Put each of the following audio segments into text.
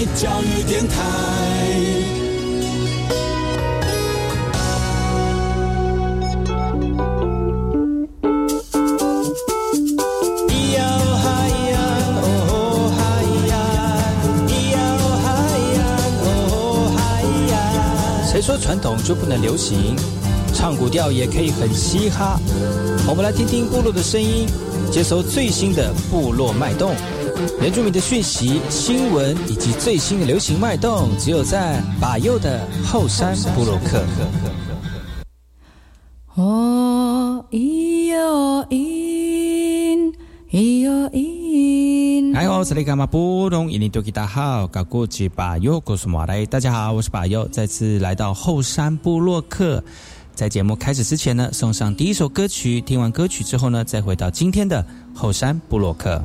教育电台。 谁说传统就不能流行？唱古调也可以很嘻哈。我们来听听部落的声音，接收最新的部落脉动、原住民的讯息、新闻以及最新的流行脉动，只有在把右的后山部落客。 哦，咿哟咿，咿哟咿。 嗨，我是雷嘎马布隆，印尼多吉大好，嘎古吉巴尤古苏马来。大家好，我是巴尤，再次来到后山部落客。在节目开始之前呢，送上第一首歌曲，听完歌曲之后呢，再回到今天的后山部落客。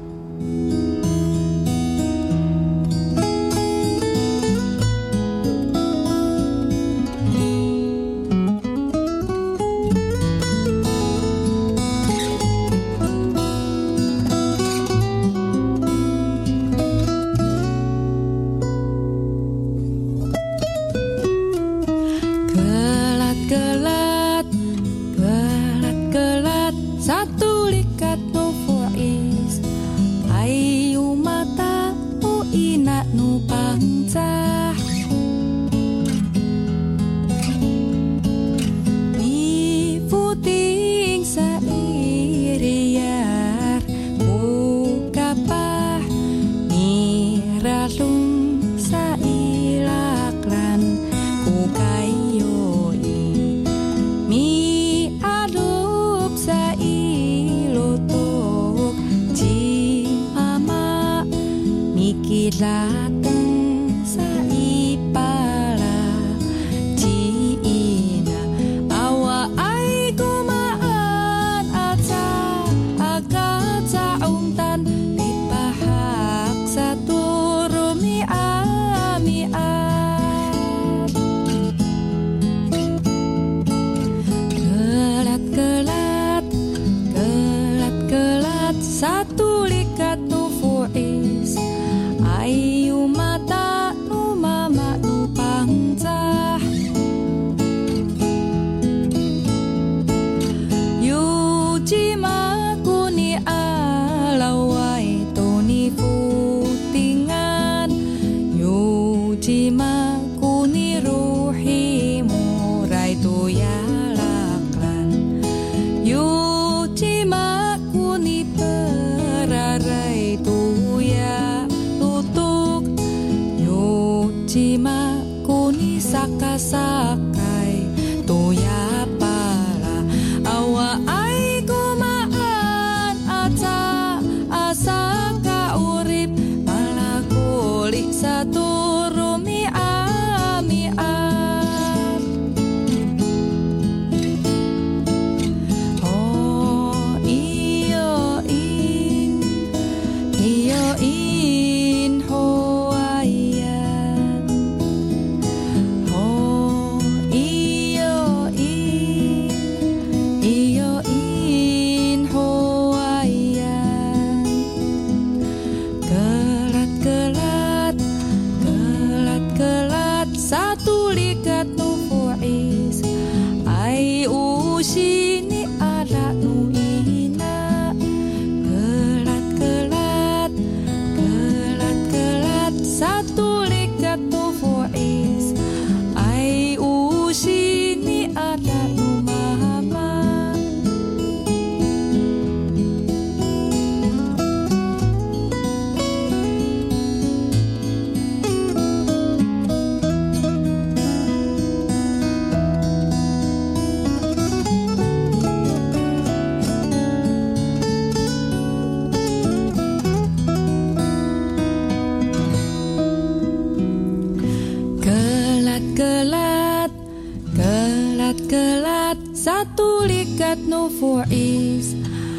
Satu likat no fuis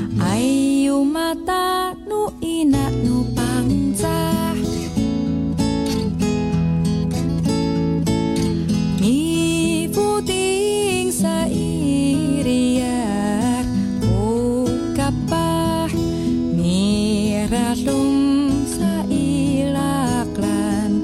ayu mata no ina no pangsa mi puting sa iriar o kapah mi ralum sa ilaklan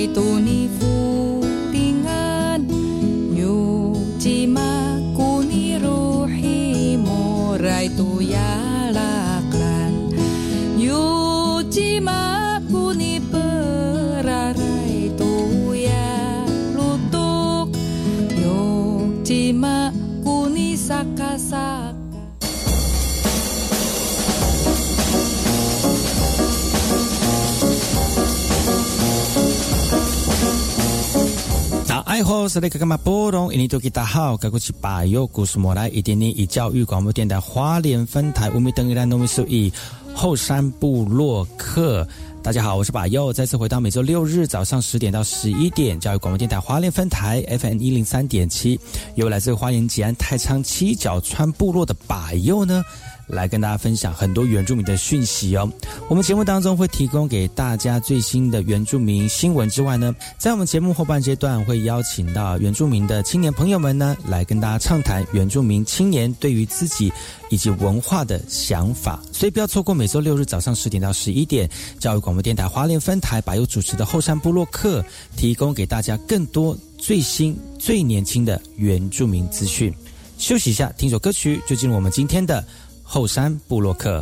tu ni fu tingan yu jima ku ni ruhi morai tu ya laklan yu jima ku ni perarai tu ya lutuk yu jima ku ni sakasak 爱好是那个干嘛波隆，印尼多吉大好，该过去把右故事莫来，一点点以教育广播电台花莲分台乌米登伊兰农民属以后山部落客。大家好，我是把右，再次回到每周六日早上10点到11点，教育广播电台花莲分台 FM 103.7，由来自花莲吉安太仓七角川部落的把右呢。来跟大家分享很多原住民的讯息哦。我们节目当中会提供给大家最新的原住民新闻之外呢，在我们节目后半阶段会邀请到原住民的青年朋友们呢，来跟大家畅谈原住民青年对于自己以及文化的想法。所以不要错过每周六日早上10点到11点，教育广播电台花莲分台把佑主持的后山部落客，提供给大家更多最新最年轻的原住民资讯。休息一下，听首歌曲，就进入我们今天的后山部落客。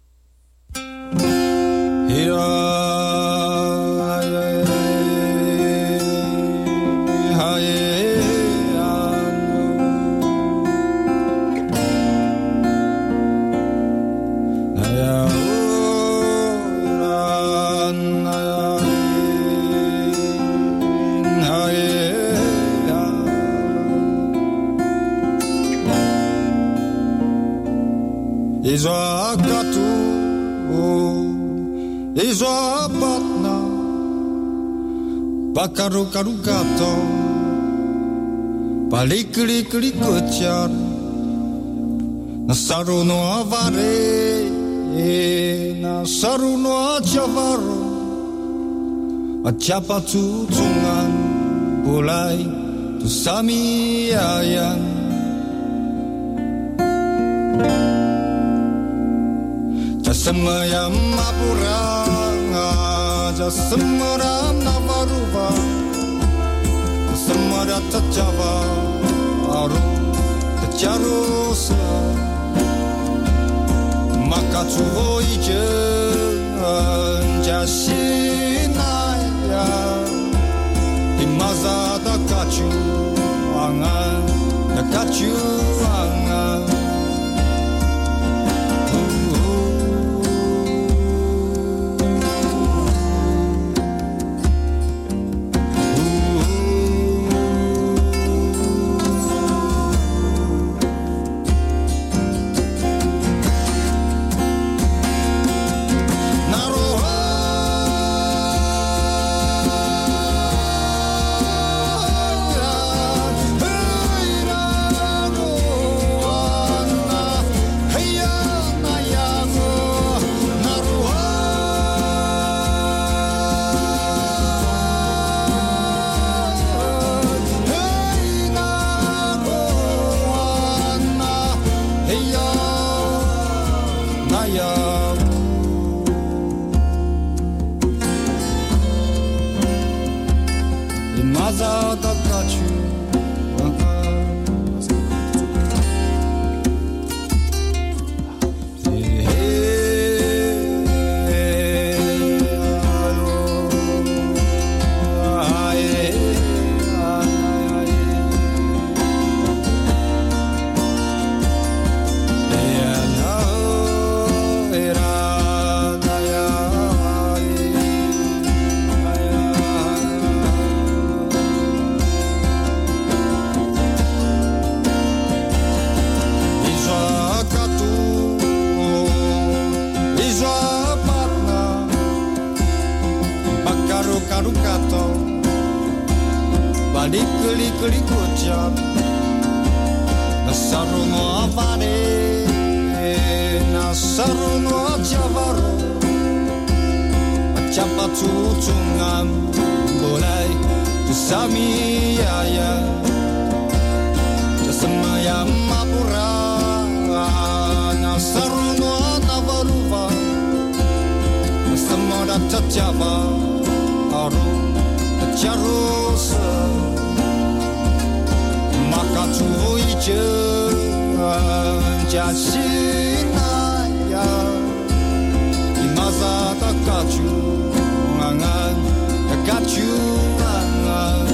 Izwa katu Izwa batna Pakaru karu gato Palikli kli kuchar Nasaru no avare Nasaru no achavaro Achapa tu tungan Bulai tu sami ayan Jasemayam apuranga Jasemaram navaruva Jasemara tachava Aru tacharusa Makatsuvo ijen Jasinaya Imaza dakachu angan Dakachu angan 加西那呀，伊玛萨达卡丘安安，卡丘安安。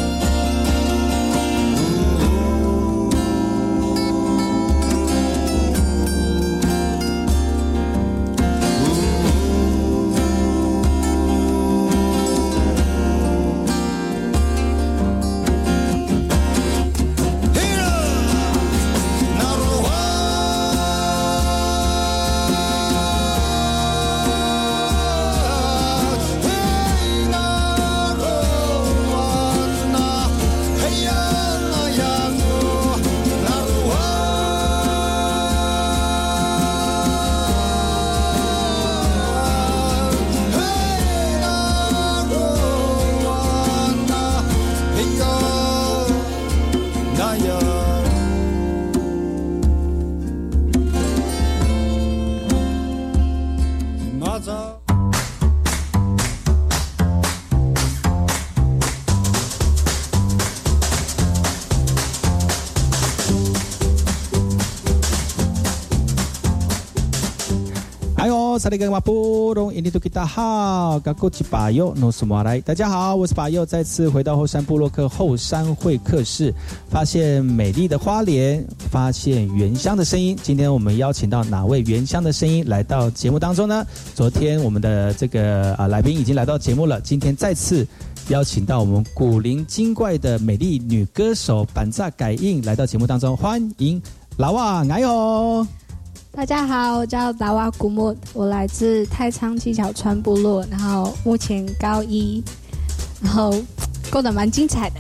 萨利格马布隆印尼多吉达好，嘎古吉巴佑诺斯马来，大家好，我是巴佑，再次回到后山部落客后山会客室，发现美丽的花莲，发现原乡的声音。今天我们邀请到哪位原乡的声音来到节目当中呢？昨天我们的这个来宾已经来到节目了，今天再次邀请到我们古灵精怪的美丽女歌手板扎改印来到节目当中，欢迎拉瓦哎哟。 大家好，我叫达瓦古木，我来自太仓七巧川部落，然后目前高一，然后过得蛮精彩的。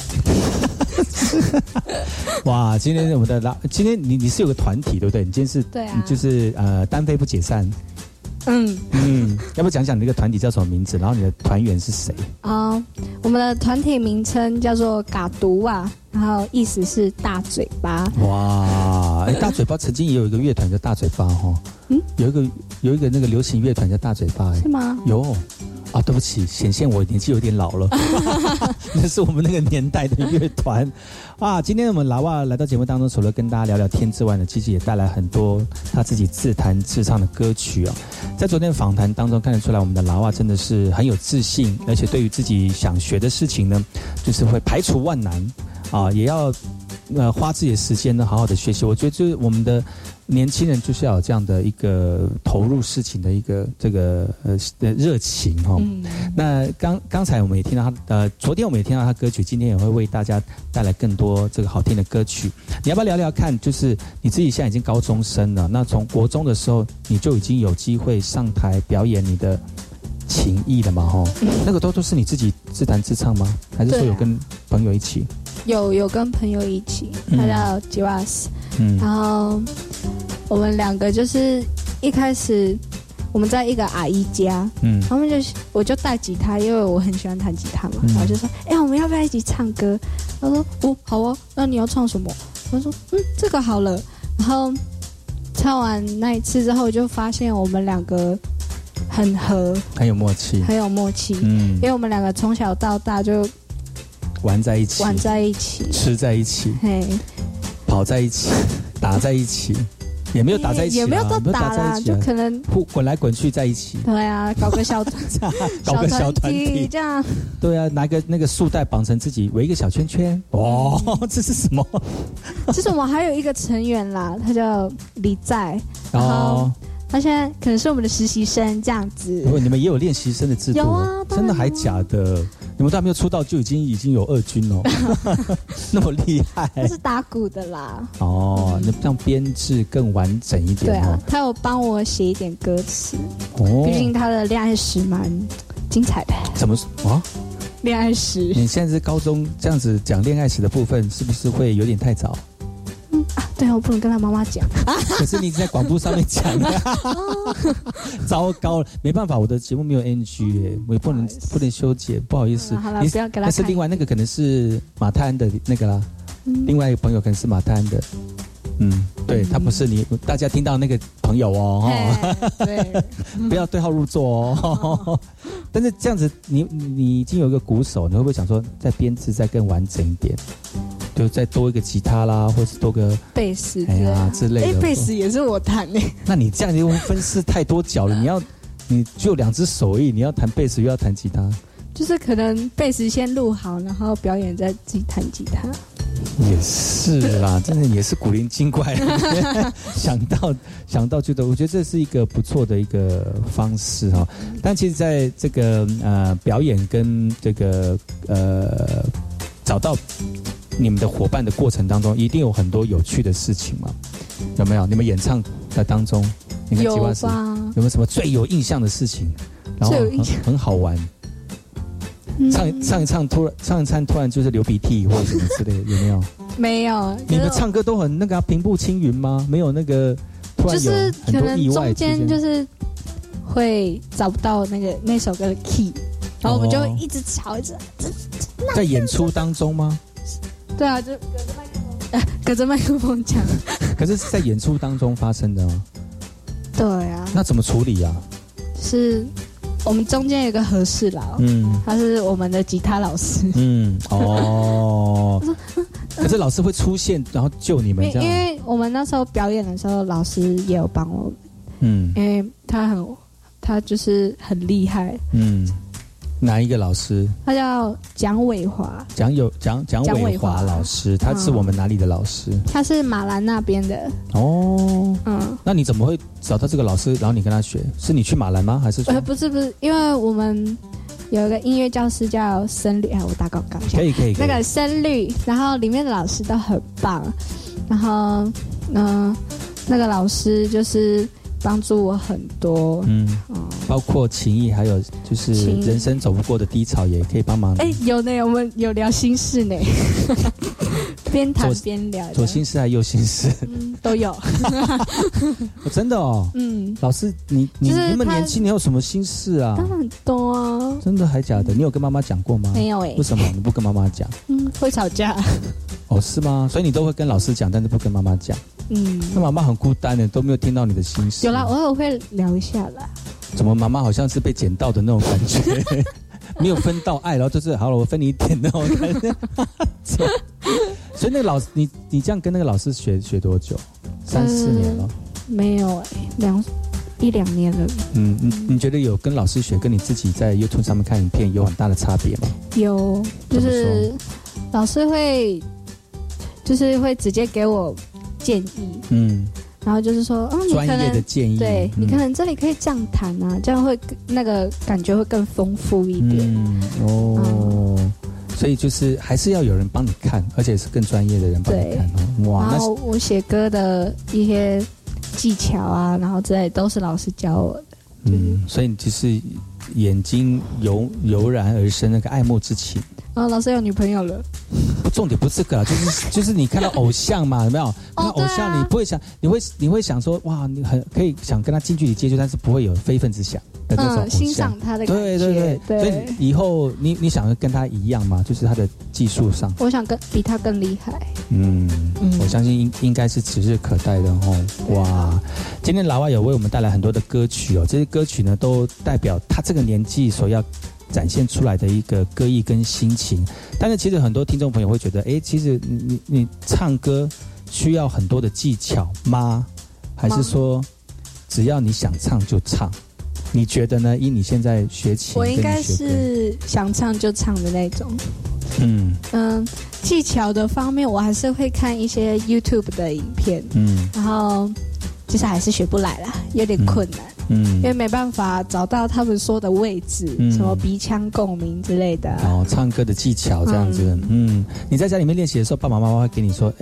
哇，今天我们的今天你是有个团体对不对？你今天是对啊， 就是单飞不解散。要不要讲讲你这个团体叫什么名字？然后你的团员是谁？ 我们的团体名称叫做嘎毒啊，然后意思是大嘴巴。 哇，大嘴巴曾经也有一个乐团叫大嘴巴哈，有一个那个流行乐团叫大嘴巴， 是吗？ 有。啊，对不起，显现我年纪有点老了。那是我们那个年代的乐团啊。今天我们拉瓦来到节目当中，除了跟大家聊聊天之外呢，其实也带来很多他自己自弹自唱的歌曲啊。在昨天访谈当中看得出来，我们的拉瓦真的是很有自信，而且对于自己想学的事情呢，就是会排除万难啊，也要花自己的时间呢，好好的学习。我觉得就是我们的年轻人就是要有这样的一个投入事情的一个这个的热情哈。那刚才我们也听到他昨天我们也听到他歌曲，今天也会为大家带来更多这个好听的歌曲。你要不要聊聊看？就是你自己现在已经高中生了，那从国中的时候你就已经有机会上台表演你的情艺了嘛？哈，那个都是你自己自弹自唱吗？还是说有跟朋友一起？ 有跟朋友一起，他叫吉瓦斯，然后我们两个就是一开始我们在一个阿姨家，他们我就带吉他，因为我很喜欢弹吉他嘛，然后就说，我们要不要一起唱歌？他说，好啊，那你要唱什么？我说，这个好了。然后唱完那一次之后，就发现我们两个很合， 很有默契， 因为我们两个从小到大就玩在一起，吃在一起，跑在一起，打在一起，也没有打在一起， 也没有都打啦，就可能滚来滚去在一起。 对啊，搞个小团体这样。 对啊，拿个那个束带绑成自己，围一个小圈圈。哦，这是什么？ 其实我们还有一个成员啦，他叫李在，然后他现在可能是我们的实习生这样子。 你们也有练习生的制度？ 有啊， 真的还假的？你们都还没有出道就已经有二军哦，那么厉害。 他是打鼓的啦。 哦，那这样编制更完整一点。 对啊，他有帮我写一点歌词。毕竟他的恋爱史蛮精彩的。怎么啊？恋爱史？ 你现在是高中这样子讲恋爱史的部分，是不是会有点太早？ 对啊，我不能跟他妈妈讲。 可是你在广播上面讲，糟糕了，没办法，我的节目没有 NG 耶，我也不能修剪，不好意思。 好了，不要给他看。 但是另外那个可能是马泰安的那个啦，另外一个朋友可能是马泰安的，对，他不是你大家听到那个朋友哦， 对， 不要对号入座哦。但是这样子，你已经有一个鼓手，你会不会想说，在编制再更完整一点？ 就再多一个吉他啦，或是多个贝斯， 之类的。 贝斯也是我弹诶。 那你这样就分饰太多角了，你就2只手而已，你要弹贝斯又要弹吉他。 就是可能贝斯先录好，然后表演再自己弹吉他。 也是啦，真的也是古灵精怪。想到觉得，我觉得这是一个不错的一个方式哈。但其实在这个表演跟这个找到你们的伙伴的过程当中，一定有很多有趣的事情嘛？有没有？你们演唱的当中，你看吉瓦斯有没有什么最有印象的事情？然后很好玩。唱一唱突然就是流鼻涕或者什么之类的，有没有？ 没有。 你们唱歌都很那个平步青云吗？没有那个突然有很多意外， 就是可能中间就是会找不到那首歌的 key， 然后我们就一直吵一直。 在演出当中吗？ 对啊，就隔着麦克风讲。 可是是在演出当中发生的吗？ 对啊。 那怎么处理啊？ 是。我们中间有一个和事佬，他是我们的吉他老师， 可是老师会出现，然后救你们这样。 因为我们那时候表演的时候，老师也有帮我们，因为他就是很厉害， 哪一个老师？ 他叫蒋伟华， 蒋伟华老师，他是我们哪里的老师？ 他是马兰那边的。 那你怎么会找到这个老师？然后你跟他学？是你去马兰吗？还是说？ 不是，因为我们有一个音乐教室叫声律，我打广告一下。 可以。 那个声律，然后里面的老师都很棒，然后那个老师就是帮助我很多， 包括情谊，还有就是人生走不过的低潮，也可以帮忙。 有呢，我们有聊心事呢，边谈边聊， 左心事还右心事， 都有。 真的哦，老师，你那么年轻，你有什么心事啊？ 当然很多啊。 真的还假的？你有跟妈妈讲过吗？ 没有为什么你不跟妈妈讲？ 会吵架。 是吗？所以你都会跟老师讲，但是不跟妈妈讲。那妈妈很孤单的，都没有听到你的心事。 有啦，偶尔会聊一下啦。 怎么妈妈好像是被捡到的那种感觉，没有分到爱，然后就是好了，我分你一点那种感觉。所以那个老师，你这样跟那个老师学多久？3、4年了？ 没有1、2年了。 你觉得有跟老师学，跟你自己在 YouTube 上面看影片有很大的差别吗？ 有，就是老师会直接给我建议，然后就是说， 专业的建议， 对，你可能这里可以这样弹啊，这样会那个感觉会更丰富一点。 所以就是还是要有人帮你看，而且是更专业的人帮你看哦。哇， 然后我写歌的一些技巧啊，然后之类都是老师教我的。 所以你就是眼睛油然而生那个爱慕之情。 老师有女朋友了。 重点不是这个啦，就是你看到偶像嘛，有没有？看到偶像，你不会想，你会想说，哇，你很可以想跟他近距离接触，但是不会有非分之想的那种偶像， 欣赏他的感觉。 对。所以以后你想跟他一样吗？就是他的技术上， 我想比他更厉害。 我相信应该是指日可待的哦。哇，今天老外有为我们带来很多的歌曲哦，这些歌曲呢都代表他这个年纪所要展现出来的一个歌艺跟心情。但是其实很多听众朋友会觉得，其实你唱歌需要很多的技巧吗？还是说只要你想唱就唱？你觉得呢？以你现在学琴， 我应该是想唱就唱的那种。技巧的方面我还是会看一些 YouTube 的影片，然后其实还是学不来啦，有点困难。因为没办法找到他们说的位置，什么鼻腔共鸣之类的。 唱歌的技巧这样子。你在家里面练习的时候，爸爸妈妈会给你说，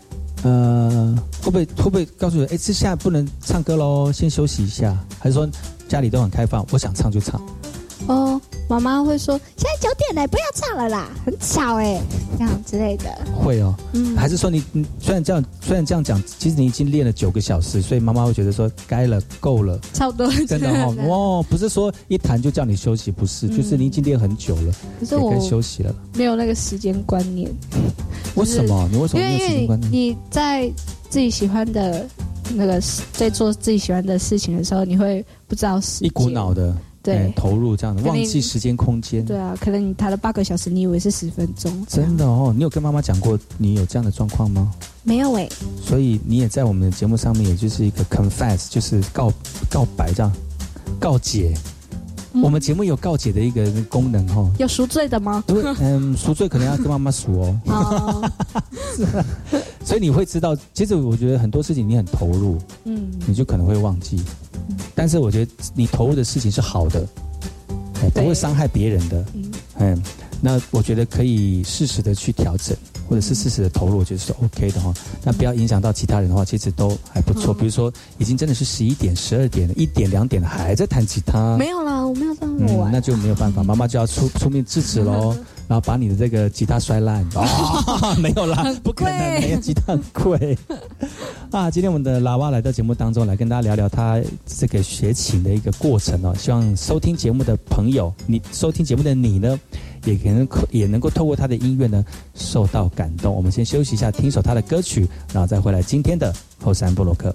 会不会告诉你，这下不能唱歌咯，先休息一下？还是说家里都很开放，我想唱就唱？ 妈妈会说现在9点了，不要唱了啦，很吵这样之类的。 会还是说你虽然这样讲，其实你已经练了9个小时，所以妈妈会觉得说该了，够了， 差不多。 真的不是说一弹就叫你休息，不是，就是你已经练很久了，可是我该休息了， 没有那个时间观念。 为什么？你为什么没有时间观念？ 你在自己喜欢的那个在做自己喜欢的事情的时候，你会不知道时间， 一股脑的。 对， 投入这样的，忘记时间空间。 对啊，可能你弹了8个小时，你以为是10分钟。 真的哦，你有跟妈妈讲过你有这样的状况吗？ 没有所以你也在我们的节目上面，也就是一个 confess， 就是告白这样，告解。我们节目有告解的一个功能哦。 有赎罪的吗？ 对，赎罪可能要跟妈妈赎哦。是啊，所以你会知道，其实我觉得很多事情你很投入，你就可能会忘记。但是我觉得你投入的事情是好的，不会伤害别人的。那我觉得可以适时的去调整，或者是适时的投入，我觉得是 OK 的哈。那不要影响到其他人的话，其实都还不错。比如说，已经真的是11点、12点了，1点、2点了，还在弹吉他。 没有啦，我没有这么晚。 那就没有办法，妈妈就要出面制止喽。然后把你的这个吉他摔烂。没有啦，不可能，没有，吉他很贵。今天我们的喇叭来到节目当中，来跟大家聊聊他这个学琴的一个过程哦。希望收听节目的朋友，你收听节目的你呢，也能够透过他的音乐呢受到感动。我们先休息一下，听首他的歌曲，然后再回来今天的后山部落客。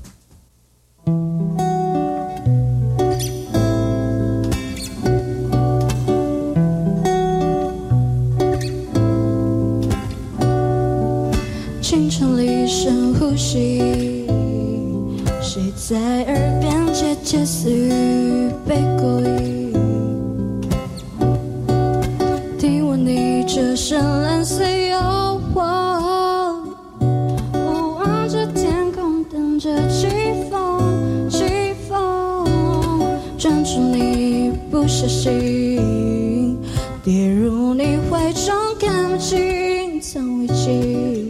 清晨里深呼吸，谁在耳边窃窃私语被勾引？听闻你这深蓝色诱惑，我望着天空，等着起风，起风，专注你不小心跌入你怀中，看不清曾危机。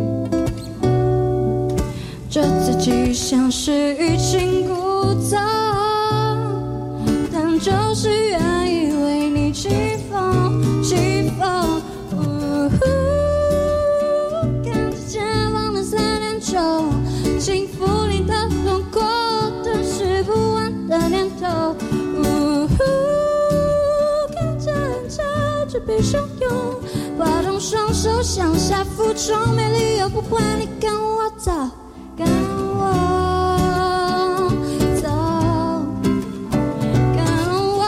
这自己像是欲擒故纵，但就是愿意为你起风，起风。看着前方的3点钟，轻抚你的轮廓，顿时不安的念头。看着人潮这被汹涌，滑动双手向下负重，没理由不管你跟我走。跟我走，跟我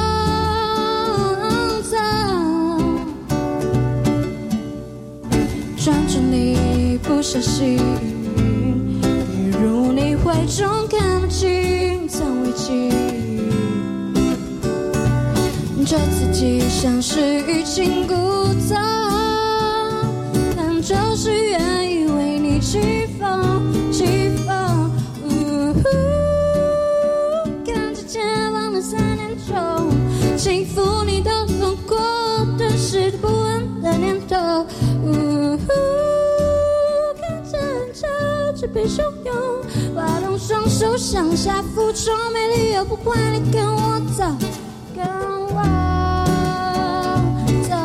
走，专注你不小心跌入你怀中，看不清曾危机。这自己像是欲擒故纵，但就是愿意为你起风。起风，看着前方的3点钟，轻抚你的轮廓，顿时不安的念头。看着人潮这被汹涌，滑动双手向下负重，没理由不管你跟我走，跟我走。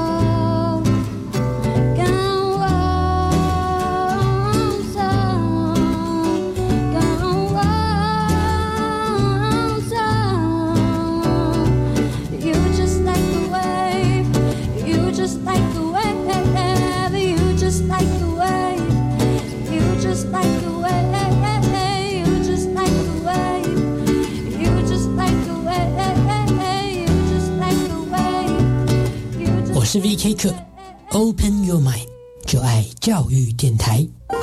我是 VK 客 Open Your Mind， 就爱教育电台。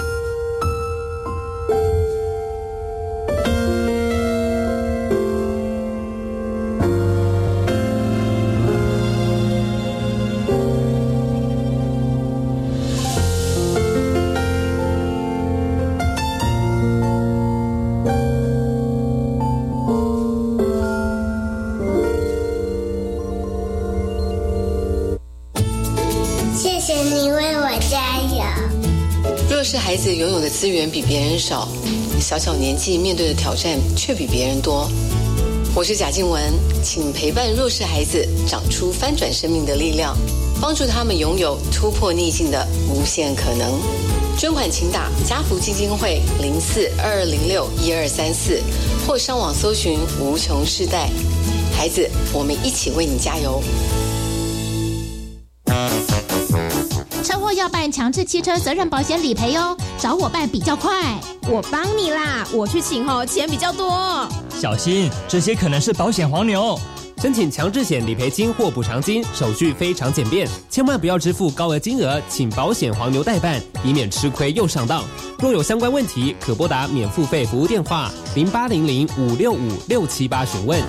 孩子拥有的资源比别人少，小小年纪面对的挑战却比别人多。我是贾静雯，请陪伴弱势孩子长出翻转生命的力量，帮助他们拥有突破逆境的无限可能。捐款请打家福基金会0422061234，或上网搜寻无穷世代。孩子，我们一起为你加油。 车祸要办强制汽车责任保险理赔哦，找我办比较快。 我帮你啦，我去请钱比较多。 小心，这些可能是保险黄牛。 申请强制险理赔金或补偿金，手续非常简便，千万不要支付高额金额，请保险黄牛代办，以免吃亏又上当。若有相关问题，可拨打免付费服务电话0800-565-678询问。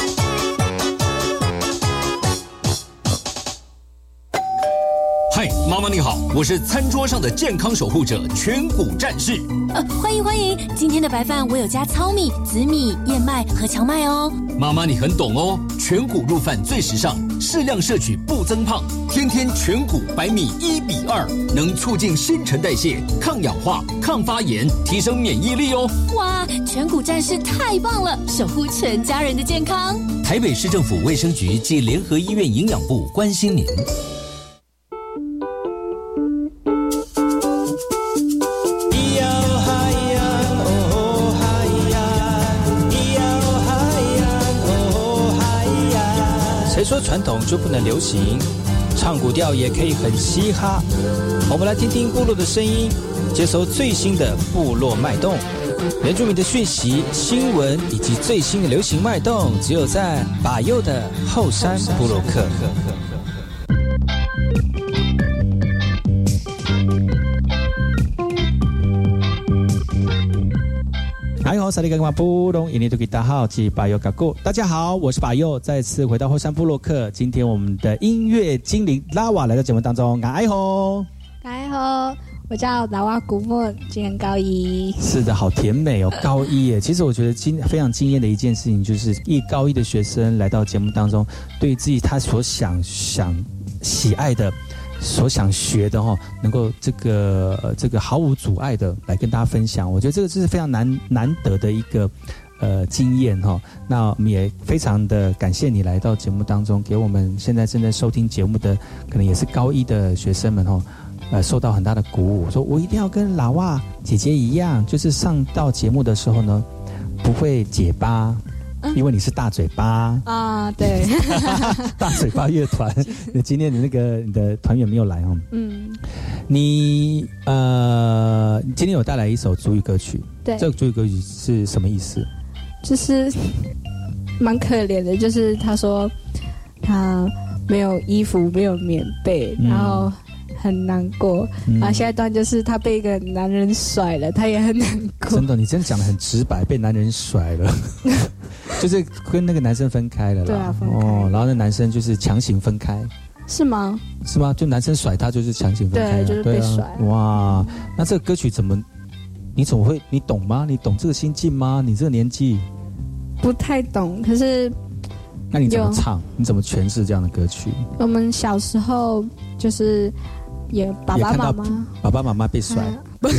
嗨，妈妈你好，我是餐桌上的健康守护者全谷战士。 欢迎欢迎，今天的白饭我有加糙米、紫米、燕麦和荞麦哦。 妈妈你很懂哦，全谷入饭最时尚，适量摄取不增胖，天天全谷白米1:2，能促进新陈代谢、抗氧化、抗发炎，提升免疫力哦。 哇，全谷战士太棒了，守护全家人的健康。 台北市政府卫生局及联合医院营养部关心您。 谁说传统就不能流行？唱古调也可以很嘻哈。我们来听听部落的声音，接收最新的部落脉动、原住民的讯息、新闻以及最新的流行脉动，只有在把右的后山部落克。大家好，我是把右，再次回到后山部落克。今天我们的音乐精灵拉瓦来到节目当中，哎吼， 哎吼，我叫拉瓦古木，今年高一。 是的，好甜美哦，高一耶。其实我觉得非常惊艳的一件事情，就是高一的学生来到节目当中，对自己他所想喜爱的。所想学的能够这个毫无阻碍的来跟大家分享，我觉得这个是非常难得的一个经验那我们也非常的感谢你来到节目当中，给我们现在正在收听节目的可能也是高一的学生们受到很大的鼓舞，说我一定要跟拉瓦姐姐一样，就是上到节目的时候呢不会结巴。因为你是大嘴巴啊，对， 大嘴巴乐团。今天你的团员没有来你今天有带来一首族语歌曲， 对， 这个族语歌曲是什么意思？ 就是蛮可怜的，就是他说他没有衣服，没有棉被，然后很难过。然后下一段就是他被一个男人甩了，他也很难过。 真的，你真的讲得很直白，被男人甩了。就是跟那个男生分开了啦， 对啊，分开然后那男生就是强行分开， 是吗？ 是吗？就男生甩他就是强行分开， 对，就是被甩。 哇，那这个歌曲你怎么会？你懂吗？你懂这个心境吗？你这个年纪不太懂，可是那你怎么唱？你怎么诠释这样的歌曲？ 我们小时候就是也爸爸妈妈被甩。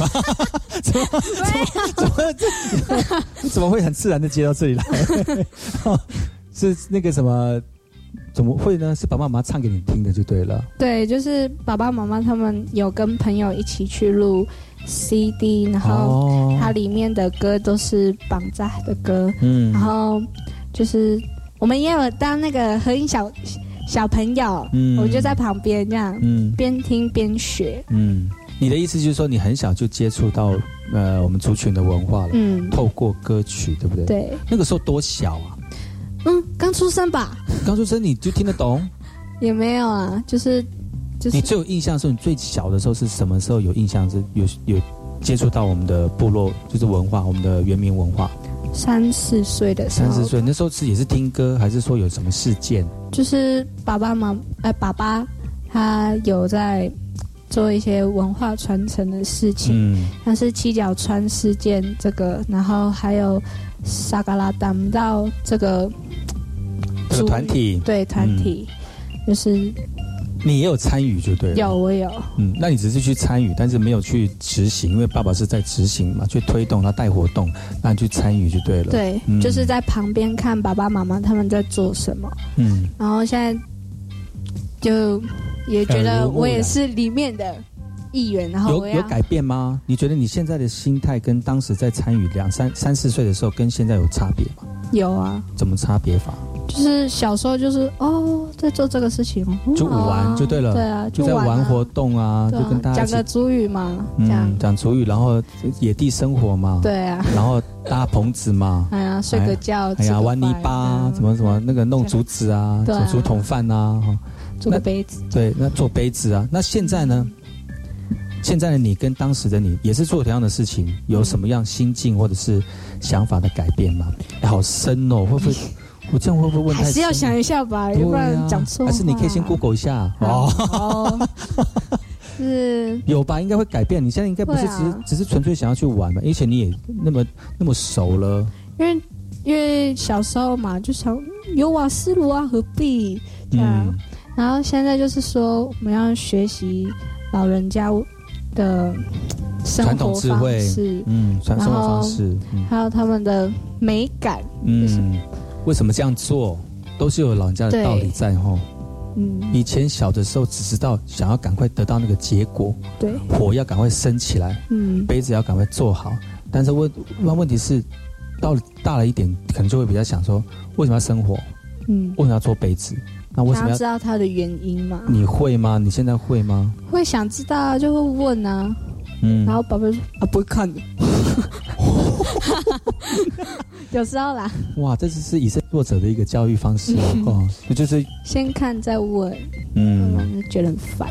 怎么会很自然的接到这里来？是那个什么？怎么会呢？是爸爸妈妈唱给你听的就对了。 对，就是爸爸妈妈他们有跟朋友一起去录 CD， 然后它里面的歌都是绑架的歌，然后就是我们也有当那个和音小朋友，我就在旁边这样，边听边学。 你的意思就是说，你很小就接触到我们族群的文化了，透过歌曲，对不对？ 对。 那个时候多小啊？ 刚出生吧。 刚出生你就听得懂？ 也没有啊，就是你最有印象的时候，你最小的时候是什么时候有印象？是有接触到我们的部落，就是文化，我们的原民文化。 3、4岁的时候。 3、4岁，那时候也是听歌，还是说有什么事件？ 就是爸爸他有在做一些文化传承的事情，像是七角川事件这个，然后还有萨嘎拉达姆到这个团体， 对团体，就是你也有参与就对了。 有，我有。 那你只是去参与，但是没有去执行，因为爸爸是在执行嘛，去推动他带活动，那你去参与就对了。 对，就是在旁边看爸爸妈妈他们在做什么。然后现在就也觉得我也是里面的一员，然后有改变吗？你觉得你现在的心态跟当时在参与3、4岁的时候跟现在有差别吗？ 有啊。 怎么差别法？ 就是小时候就是在做这个事情就玩就对了。 对啊， 就在玩活动啊，就跟大家讲个族语嘛，这样讲族语，然后野地生活嘛。 对啊。 然后搭棚子嘛， 哎呀，睡个觉， 哎呀，玩泥巴，什么那个弄竹子啊，煮桶饭啊， 做个杯子。 对，那做杯子啊。那现在呢？现在的你跟当时的你也是做同样的事情，有什么样心境或者是想法的改变吗？好深哦，会不会？我这样会不会问太深？ 还是要想一下吧，要不然讲错话。 还是你可以先 Google 一下哦。 是有吧？应该会改变。你现在应该不是只是纯粹想要去玩嘛？而且你也那么熟了。 因为小时候嘛，就想有瓦斯炉啊，何必这样？然后现在就是说，我们要学习老人家的生活方式， 生活方式， 还有他们的美感， 为什么这样做，都是有老人家的道理在吼。以前小的时候只知道想要赶快得到那个结果， 对， 火要赶快升起来，杯子要赶快做好。但是问题是，到大了一点，可能就会比较想说，为什么要生火？为什么要做杯子？那为什么要知道它的原因嘛？ 你会吗？你现在会吗？ 会想知道就会问啊。然后宝贝说啊，不会看的。有时候啦。哇，这是以身作则的一个教育方式哦，就是先看再问，就觉得很烦。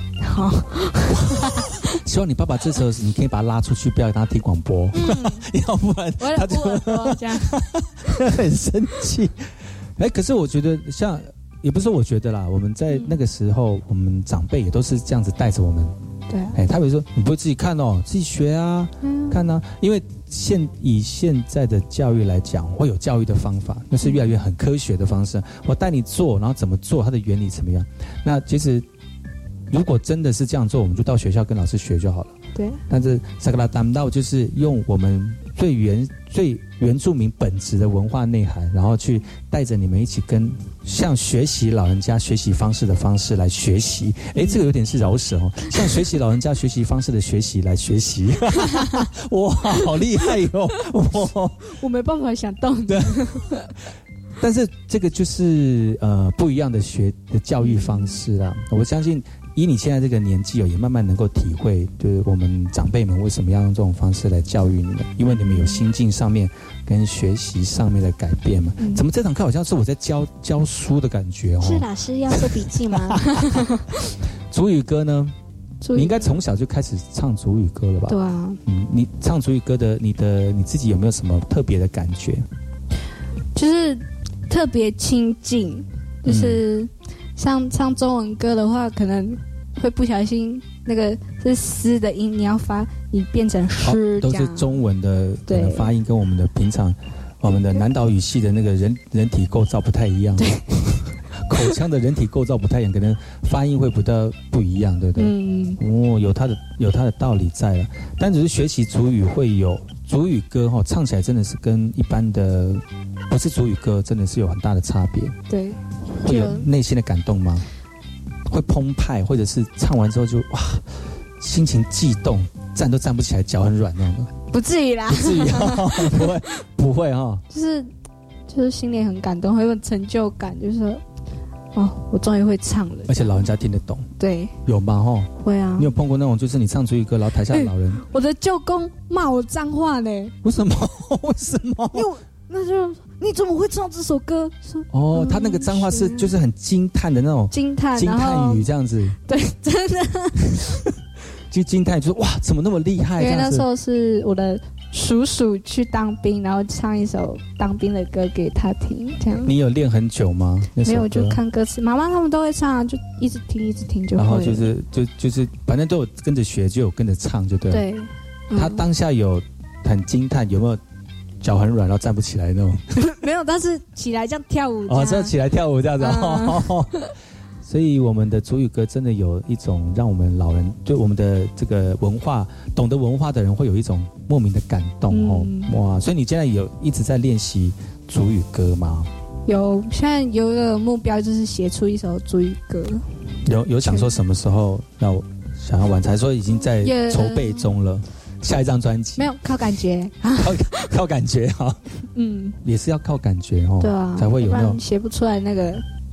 希望你爸爸这时候你可以把他拉出去，不要让他听广播，要不然他就这样很生气。可是我觉得像，也不是我觉得啦，我们在那个时候，我们长辈也都是这样子带着我们。 对， 他会说你不会自己看哦，自己学啊，看啊，因为以现在的教育来讲，会有教育的方法，那是越来越很科学的方式。我带你做，然后怎么做，它的原理怎么样？那其实如果真的是这样做，我们就到学校跟老师学就好了。 对。 但是萨格拉达道就是用我们最原住民本质的文化内涵，然后去带着你们一起像学习老人家学习方式的方式来学习。这个有点是饶舌哦，像学习老人家学习方式的学习来学习。哇，好厉害哟！ 我没办法想动的。 但是这个就是不一样的教育方式啦。我相信以你现在这个年纪也慢慢能够体会，就是我们长辈们为什么要用这种方式来教育你们，因为你们有心境上面跟学习上面的改变嘛。怎么这堂课好像是我在教书的感觉哦？ 是老师要做笔记吗？ 族语歌呢？你应该从小就开始唱族语歌了吧？ 对啊。 你唱族语歌的你自己有没有什么特别的感觉？ 就是特别亲近，就是像唱中文歌的话，可能会不小心那个是诗的音，你变成诗， 都是中文的发音，跟我们的平常我们的南岛语系的那个人体构造不太一样，口腔的人体构造不太一样，可能发音会不一样，对不对？有它的道理在了。但只是学习族语会有族语歌唱起来真的是跟一般的不是族语歌真的是有很大的差别。 对， 会有内心的感动吗？会澎湃，或者是唱完之后就哇，心情悸动，站都站不起来，脚很软那样的？ 不至于啦， 不至于，不会哈。 就是心里很感动，会有成就感，就是说我终于会唱了， 而且老人家听得懂。对，有吗？ 会啊。 你有碰过那种就是你唱族语歌，然后台下的老人， 我的舅公骂我脏话呢？ 为什么？为什么？ 因为那就你怎么会唱这首歌？ 他那个脏话是就是很惊叹的那种惊叹语这样子。 对，真的就惊叹，就是哇，怎么那么厉害？ 因为那时候是我的叔叔去当兵，然后唱一首当兵的歌给他听，这样。 你有练很久吗？ 没有，就看歌词，妈妈他们都会唱，就一直听就会。 然后就是反正都有跟着学，就有跟着唱，就对了。对。他当下有很惊叹，有没有脚很软，然后站不起来那种？ 没有，但是起来这样跳舞。 这样起来跳舞这样子。所以我们的族语歌真的有一种让我们老人对我们的这个文化懂得文化的人会有一种莫名的感动哇！所以你现在有一直在练习族语歌吗？有， 现在有一个目标就是写出一首族语歌。 有想说什么时候想要完成？说已经在筹备中了。下一张专辑没有靠感觉， 靠感觉哈，也是要靠感觉对啊，才会有那种写不出来那个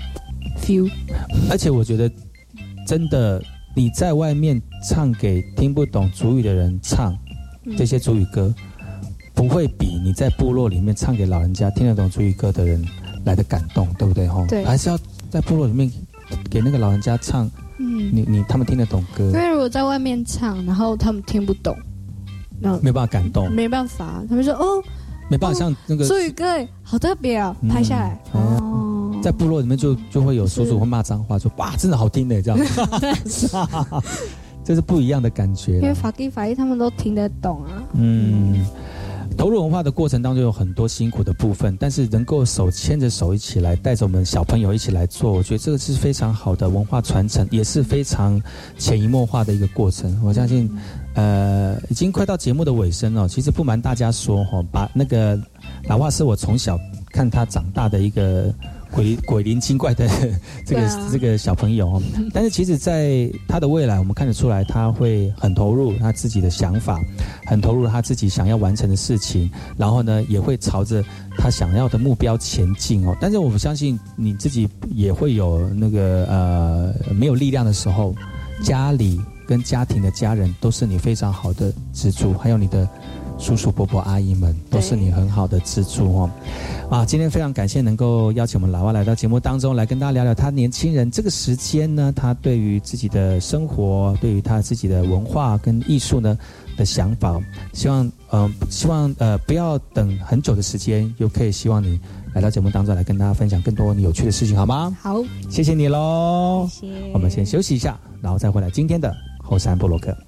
feel。 而且我觉得，真的你在外面唱给听不懂族语的人唱这些族语歌， 不会比你在部落里面唱给老人家听得懂族语歌的人来的感动，对不对？ 对， 还是要在部落里面给那个老人家唱，他们听得懂歌。 因为如果在外面唱，然后他们听不懂， 没办法感动， 没办法，他们说哦， 没办法像那个族语歌好特别哦，拍下来在部落里面就会有叔叔会骂脏话，说哇真的好听的这样，这是不一样的感觉。 因为法基法医他们都听得懂啊。 投入文化的过程当中有很多辛苦的部分，但是能够手牵着手一起来，带着我们小朋友一起来做，我觉得这个是非常好的文化传承，也是非常潜移默化的一个过程。我相信已经快到节目的尾声了，其实不瞒大家说把那个老话是我从小看他长大的一个鬼灵精怪的这个小朋友，但是其实在他的未来我们看得出来他会很投入他自己的想法，很投入他自己想要完成的事情，然后呢也会朝着他想要的目标前进但是我相信你自己也会有那个没有力量的时候，家里跟家庭的家人都是你非常好的支柱，还有你的叔叔伯伯阿姨们都是你很好的支柱今天非常感谢能够邀请我们老蛙来到节目当中来跟大家聊聊他年轻人这个时间呢，他对于自己的生活，对于他自己的文化跟艺术呢的想法，希望不要等很久的时间，又可以希望你来到节目当中来跟大家分享更多你有趣的事情，好吗？ 好， 谢谢你咯， 谢谢。 我们先休息一下，然后再回来今天的后山部落客。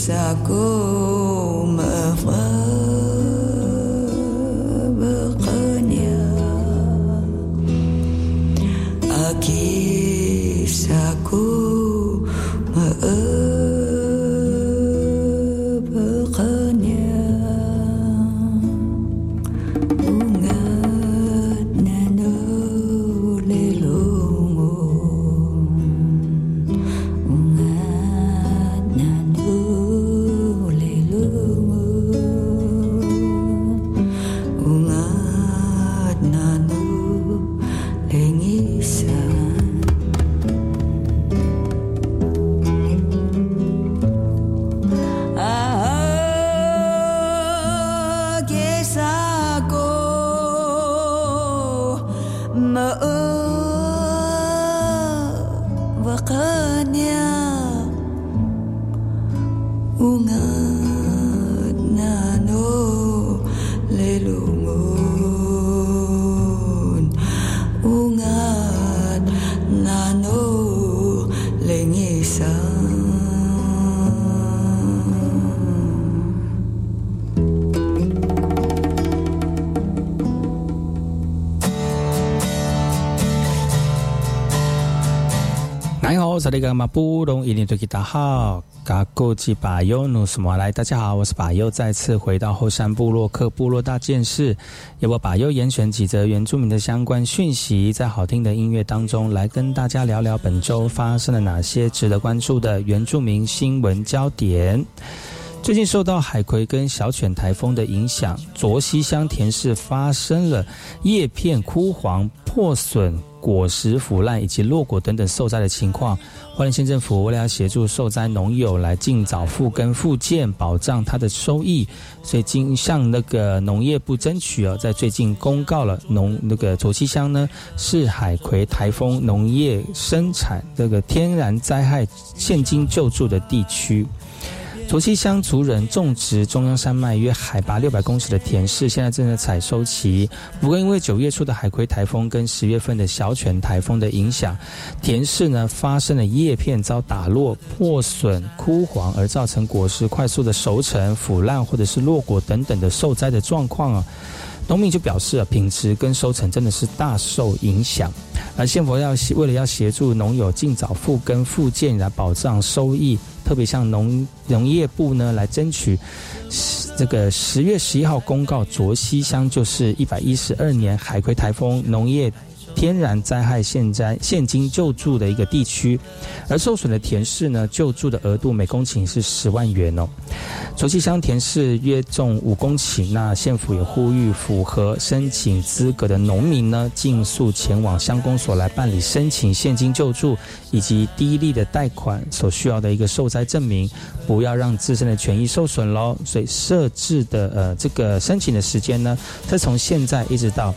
萨利格马布隆伊尼多吉达好，嘎古吉巴尤努什么来？大家好，我是巴尤，再次回到后山部落客部落大件事，由我巴尤严选几则原住民的相关讯息，在好听的音乐当中来跟大家聊聊本周发生了哪些值得关注的原住民新闻焦点。最近受到海葵跟小犬台风的影响，卓溪乡田市发生了叶片枯黄、破损、果实腐烂以及落果等等受灾的情况。花莲县政府为了要协助受灾农友来尽早复耕复建，保障他的收益，所以向那个农业部争取在最近公告了卓溪乡呢是海葵台风农业生产这个天然灾害现金救助的地区。卓溪乡族人种植中央山脉约海拔600公尺的田市，现在正在采收期。不过因为9月初的海葵台风跟10月份的小犬台风的影响，田市呢发生了叶片遭打落、破损、枯黄，而造成果实快速的熟成、腐烂或者是落果等等的受灾的状况啊。农民就表示品质跟收成真的是大受影响。而县府为了要协助农友尽早复耕复建来保障收益，特别向农业部呢来争取这个10月11号公告卓溪乡就是112年海葵台风农业天然灾害现金救助的一个地区，而受损的田市呢，救助的额度每公顷是10万元哦。卓溪乡田市约种5公顷，那县府也呼吁符合申请资格的农民呢，尽速前往乡公所来办理申请现金救助以及低利的贷款所需要的一个受灾证明，不要让自身的权益受损咯。所以设置的这个申请的时间呢，是从现在一直到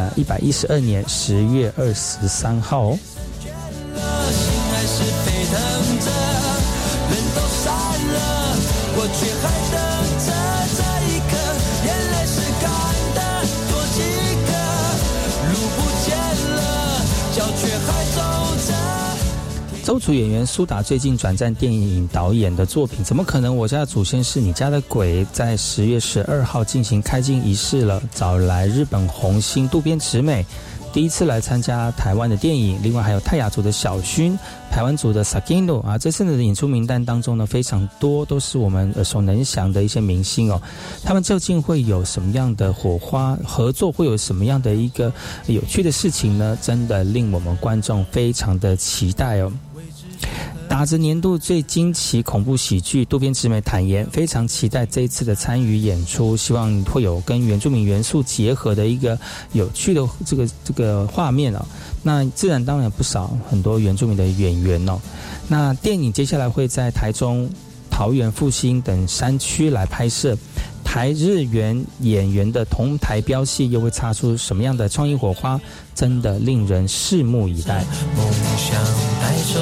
112年10月23号哦。周族演员苏打最近转战电影导演的作品《怎么可能我家的祖先是你家的鬼》在10月12号进行开镜仪式了，找来日本红星渡边直美第一次来参加台湾的电影，另外还有泰雅族的小薰、台湾族的 Sakino 啊，这次的演出名单当中呢，非常多都是我们耳熟能详的一些明星哦。他们究竟会有什么样的火花合作，会有什么样的一个有趣的事情呢？真的令我们观众非常的期待哦。打着年度最惊奇恐怖喜剧，渡边直美坦言非常期待这一次的参与演出，希望会有跟原住民元素结合的一个有趣的这个画面哦。那自然当然不少很多原住民的演员哦。那电影接下来会在台中、桃园、复兴等山区来拍摄，台日原演员的同台飙戏又会擦出什么样的创意火花？真的令人拭目以待。 梦想带走，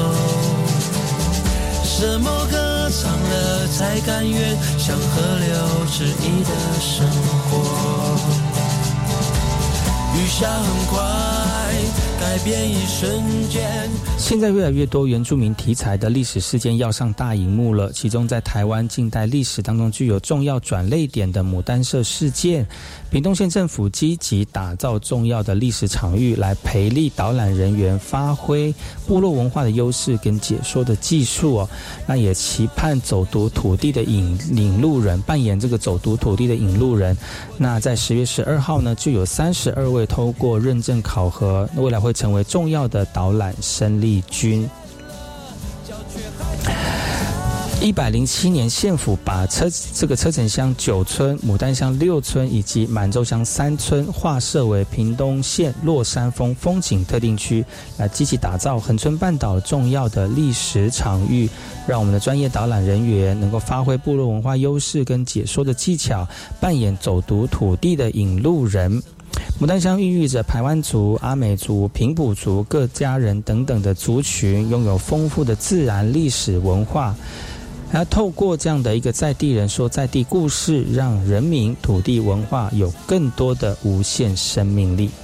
什么歌唱了才甘愿像河流质疑的生活？雨下很快， 改变一瞬间。 现在越来越多原住民题材的历史事件要上大荧幕了，其中在台湾近代历史当中具有重要转捩点的牡丹社事件，屏东县政府积极打造重要的历史场域，来培力导览人员发挥部落文化的优势跟解说的技术哦。那也期盼走读土地的引路人扮演这个走读土地的引路人。那在10月12号呢，就有32位透过认证考核，未来会成为重要的导览生力军。107年，县府把这个车城乡9村、牡丹乡6村以及满洲乡3村划设为屏东县落山风风景特定区，来积极打造恒春半岛重要的历史场域，让我们的专业导览人员能够发挥部落文化优势跟解说的技巧，扮演走读土地的引路人。牡丹乡孕育着排湾族、阿美族、平埔族、各家人等等的族群，拥有丰富的自然历史文化。还要透过这样的一个在地人说在地故事，让人民土地文化有更多的无限生命力。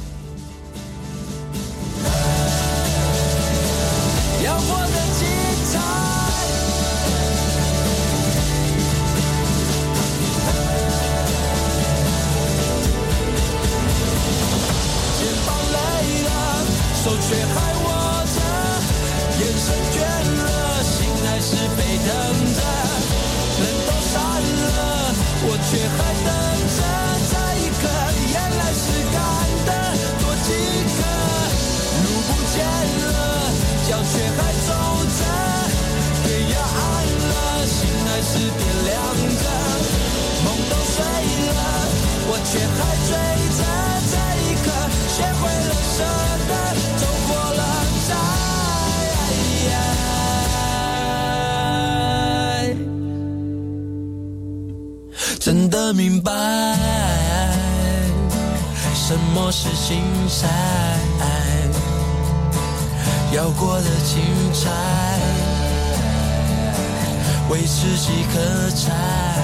真的明白什么是心塞，要过的精彩，维持几颗菜，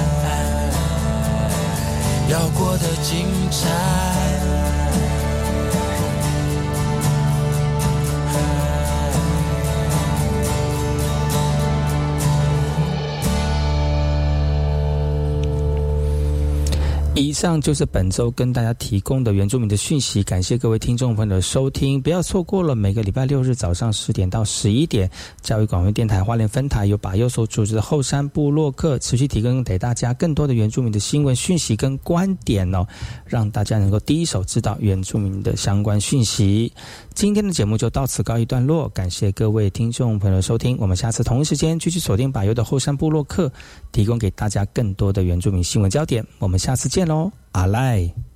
要过的精彩。 以上就是本周跟大家提供的原住民的讯息，感谢各位听众朋友的收听，不要错过了每个礼拜6日早上10点到11点，教育广播电台花莲分台由把右所主持的后山部落客持续提供给大家更多的原住民的新闻讯息跟观点哦，让大家能够第一手知道原住民的相关讯息。今天的节目就到此告一段落，感谢各位听众朋友的收听，我们下次同一时间继续锁定把右的后山部落客，提供给大家更多的原住民新闻焦点，我们下次见喽，阿赖。